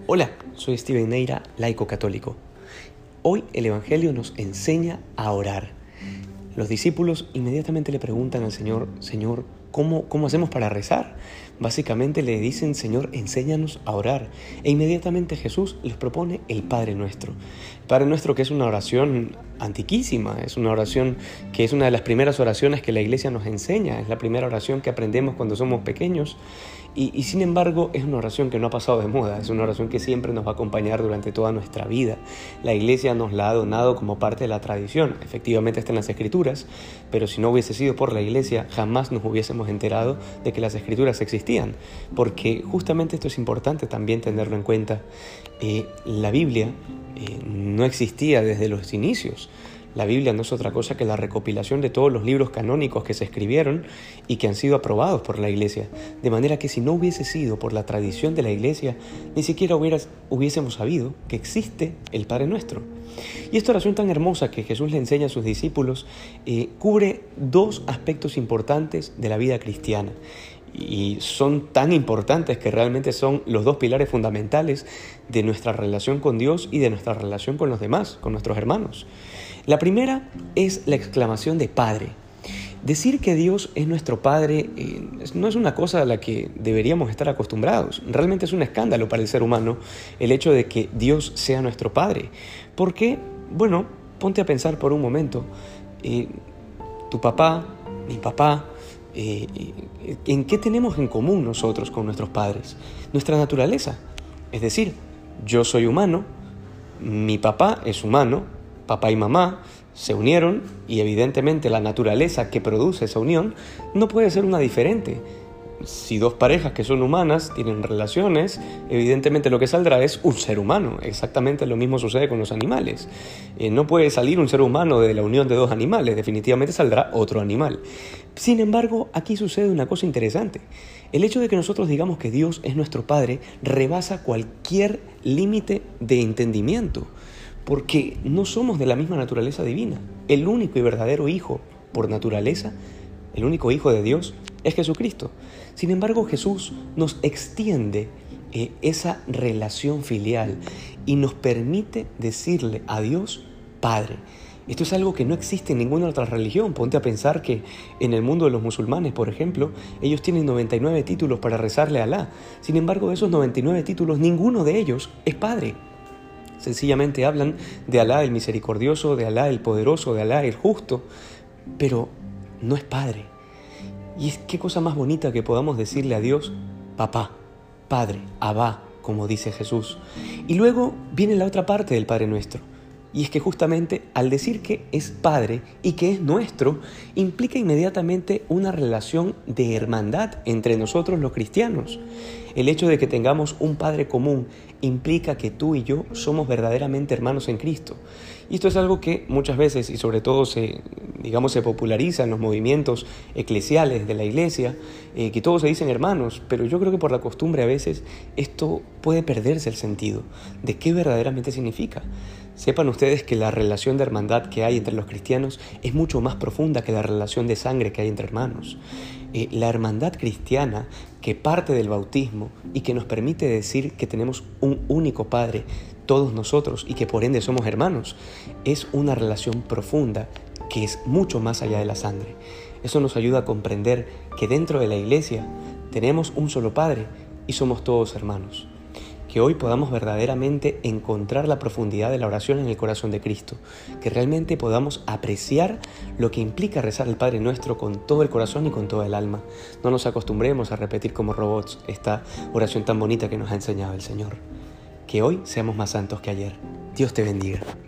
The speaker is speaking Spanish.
Hola, soy Steven Neira, laico católico. Hoy el Evangelio nos enseña a orar. Los discípulos inmediatamente le preguntan al Señor, Señor, ¿cómo hacemos para rezar? Básicamente le dicen, Señor, enséñanos a orar. E inmediatamente Jesús les propone el Padre Nuestro. El Padre Nuestro, que es una oración antiquísima, es una oración que es una de las primeras oraciones que la Iglesia nos enseña, es la primera oración que aprendemos cuando somos pequeños y sin embargo es una oración que no ha pasado de moda, es una oración que siempre nos va a acompañar durante toda nuestra vida. La Iglesia nos la ha donado como parte de la tradición, efectivamente está en las Escrituras, pero si no hubiese sido por la Iglesia jamás nos hubiésemos enterado de que las Escrituras existían, porque justamente esto es importante también tenerlo en cuenta. La Biblia no existía desde los inicios. La Biblia no es otra cosa que la recopilación de todos los libros canónicos que se escribieron y que han sido aprobados por la Iglesia. De manera que si no hubiese sido por la tradición de la Iglesia, ni siquiera hubiésemos sabido que existe el Padre Nuestro. Y esta oración tan hermosa que Jesús le enseña a sus discípulos cubre dos aspectos importantes de la vida cristiana. Y son tan importantes que realmente son los dos pilares fundamentales de nuestra relación con Dios y de nuestra relación con los demás, con nuestros hermanos. La primera es la exclamación de Padre. Decir que Dios es nuestro Padre no es una cosa a la que deberíamos estar acostumbrados. Realmente es un escándalo para el ser humano el hecho de que Dios sea nuestro Padre. ¿Por qué? Bueno, ponte a pensar por un momento. Tu papá, mi papá, ¿en qué tenemos en común nosotros con nuestros padres? Nuestra naturaleza. Es decir, yo soy humano, mi papá es humano, papá y mamá se unieron y evidentemente la naturaleza que produce esa unión no puede ser una diferente. Si dos parejas que son humanas tienen relaciones, evidentemente lo que saldrá es un ser humano. Exactamente lo mismo sucede con los animales. No puede salir un ser humano de la unión de dos animales, definitivamente saldrá otro animal. Sin embargo, aquí sucede una cosa interesante. El hecho de que nosotros digamos que Dios es nuestro Padre rebasa cualquier límite de entendimiento, porque no somos de la misma naturaleza divina. El único y verdadero Hijo por naturaleza, el único Hijo de Dios, es Jesucristo. Sin embargo, Jesús nos extiende esa relación filial y nos permite decirle a Dios Padre. Esto es algo que no existe en ninguna otra religión. Ponte a pensar que en el mundo de los musulmanes, por ejemplo, ellos tienen 99 títulos para rezarle a Alá. Sin embargo, de esos 99 títulos, ninguno de ellos es Padre. Sencillamente hablan de Alá el misericordioso, de Alá el poderoso, de Alá el justo, pero no es Padre. Y es qué cosa más bonita que podamos decirle a Dios, Papá, Padre, Abba, como dice Jesús. Y luego viene la otra parte del Padre Nuestro. Y es que justamente al decir que es Padre y que es nuestro, implica inmediatamente una relación de hermandad entre nosotros los cristianos. El hecho de que tengamos un Padre común implica que tú y yo somos verdaderamente hermanos en Cristo. Y esto es algo que muchas veces y sobre todo se populariza en los movimientos eclesiales de la Iglesia, que todos se dicen hermanos, pero yo creo que por la costumbre a veces esto puede perderse el sentido de qué verdaderamente significa. Sepan ustedes que la relación de hermandad que hay entre los cristianos es mucho más profunda que la relación de sangre que hay entre hermanos. La hermandad cristiana que parte del bautismo y que nos permite decir que tenemos un único Padre, todos nosotros, y que por ende somos hermanos, es una relación profunda que es mucho más allá de la sangre. Eso nos ayuda a comprender que dentro de la Iglesia tenemos un solo Padre y somos todos hermanos. Que hoy podamos verdaderamente encontrar la profundidad de la oración en el corazón de Cristo, que realmente podamos apreciar lo que implica rezar el Padre Nuestro con todo el corazón y con toda el alma. No nos acostumbremos a repetir como robots esta oración tan bonita que nos ha enseñado el Señor. Que hoy seamos más santos que ayer. Dios te bendiga.